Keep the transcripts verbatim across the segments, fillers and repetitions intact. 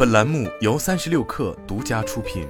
本栏目由三十六氪独家出品。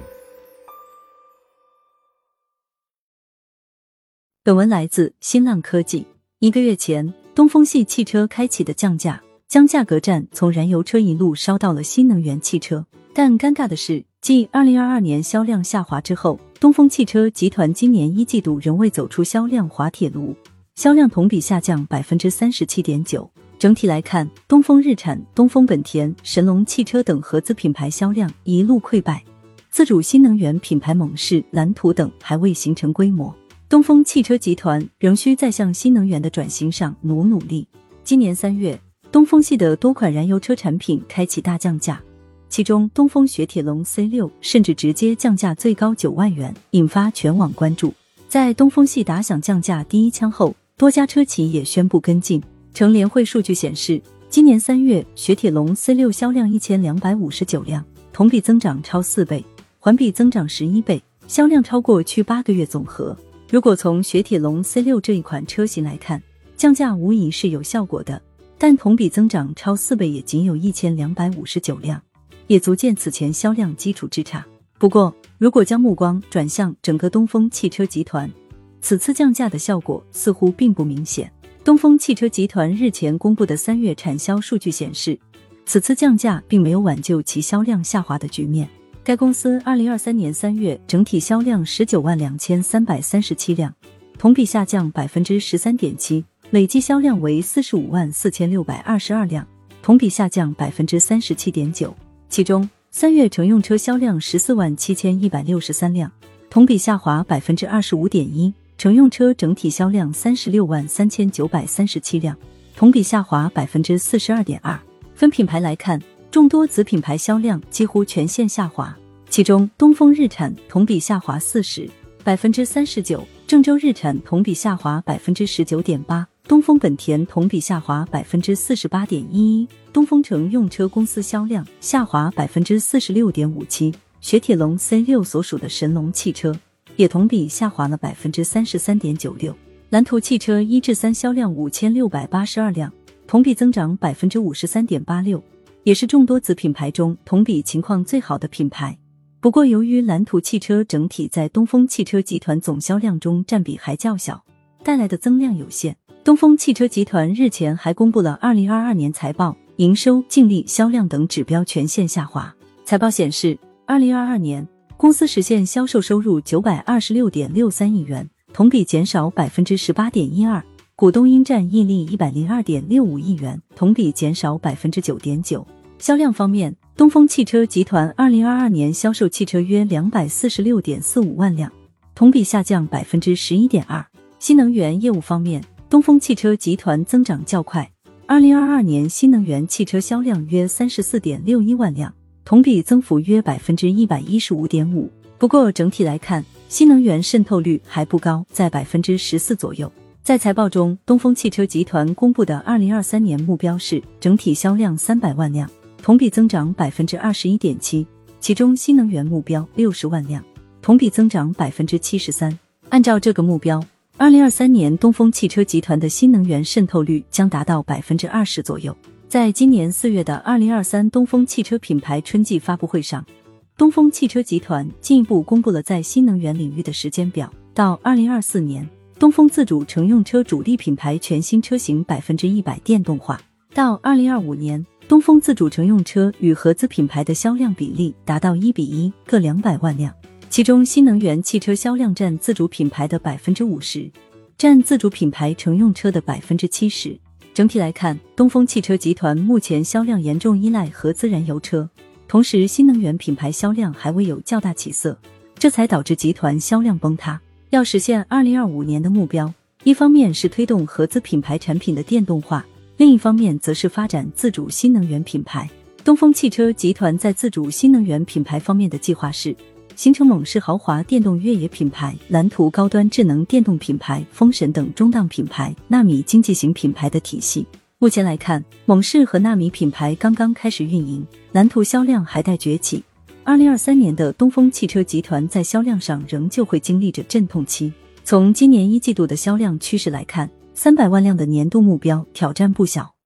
本文来自新浪科技。一个月前，东风系汽车开启的降价，将价格战从燃油车一路烧到了新能源汽车。但尴尬的是，继二零二二年销量下滑之后，东风汽车集团今年一季度仍未走出销量滑铁卢，销量同比下降 百分之三十七点九。整体来看，东风日产、东风本田、神龙汽车等合资品牌销量一路溃败，自主新能源品牌猛士、蓝图等还未形成规模。东风汽车集团仍需在向新能源的转型上努努力。今年三月，东风系的多款燃油车产品开启大降价，其中东风雪铁龙 C 六 甚至直接降价最高九万元，引发全网关注。在东风系打响降价第一枪后，多家车企也宣布跟进。乘联会数据显示，今年三月雪铁龙 C 六 销量一千两百五十九辆，同比增长超四倍，环比增长十一倍，销量超过去八个月总和。如果从雪铁龙 C 六 这一款车型来看，降价无疑是有效果的，但同比增长超四倍也仅有一千两百五十九辆，也足见此前销量基础之差。不过，如果将目光转向整个东风汽车集团，此次降价的效果似乎并不明显。东风汽车集团日前公布的三月产销数据显示，此次降价并没有挽救其销量下滑的局面。该公司二零二三年三月整体销量十九万两千三百三十七辆，同比下降 百分之十三点七， 累计销量为四十五万四千六百二十二辆，同比下降 百分之三十七点九。 其中三月乘用车销量十四万七千一百六十三辆，同比下滑 百分之二十五点一，乘用车整体销量三十六万三千九百三十七辆，同比下滑 百分之四十二点二。 分品牌来看，众多子品牌销量几乎全线下滑，其中东风日产同比下滑 百分之三十九， 郑州日产同比下滑 百分之十九点八， 东风本田同比下滑 百分之四十八点一一， 东风乘用车公司销量下滑 百分之四十六点五七， 雪铁龙 C 六 所属的神龙汽车也同比下滑了 百分之三十三点九六。 蓝图汽车一至三销量五千六百八十二辆，同比增长 百分之五十三点八六， 也是众多子品牌中同比情况最好的品牌。不过由于蓝图汽车整体在东风汽车集团总销量中占比还较小，带来的增量有限。东风汽车集团日前还公布了二零二二年财报，营收、净利、销量等指标全线下滑。财报显示，二零二二年公司实现销售收入 九百二十六点六三亿元，同比减少 百分之十八点一二， 股东应占溢利 一百零二点六五亿元，同比减少 百分之九点九。 销量方面，东风汽车集团二零二二年销售汽车约 两百四十六点四五万辆，同比下降 百分之十一点二。 新能源业务方面，东风汽车集团增长较快，二零二二年新能源汽车销量约 三十四点六一万辆，同比增幅约 百分之一百一十五点五。 不过整体来看，新能源渗透率还不高，在 百分之十四 左右。在财报中，东风汽车集团公布的二零二三年目标是整体销量三百万辆，同比增长 百分之二十一点七， 其中新能源目标六十万辆，同比增长 百分之七十三。 按照这个目标，二零二三年东风汽车集团的新能源渗透率将达到 百分之二十 左右。在今年四月的二零二三东风汽车品牌春季发布会上，东风汽车集团进一步公布了在新能源领域的时间表。到二零二四年，东风自主乘用车主力品牌全新车型 百分之百 电动化。到二零二五年，东风自主乘用车与合资品牌的销量比例达到一比一，各两百万辆。其中新能源汽车销量占自主品牌的 百分之五十， 占自主品牌乘用车的 百分之七十。 整体来看，东风汽车集团目前销量严重依赖合资燃油车，同时新能源品牌销量还未有较大起色，这才导致集团销量崩塌。要实现二零二五年的目标，一方面是推动合资品牌产品的电动化，另一方面则是发展自主新能源品牌。东风汽车集团在自主新能源品牌方面的计划是形成猛士豪华电动越野品牌、蓝图高端智能电动品牌、风神等中档品牌、纳米经济型品牌的体系。目前来看，猛士和纳米品牌刚刚开始运营，蓝图销量还待崛起。二零二三年的东风汽车集团在销量上仍旧会经历着阵痛期。从今年一季度的销量趋势来看，三百万辆的年度目标挑战不小。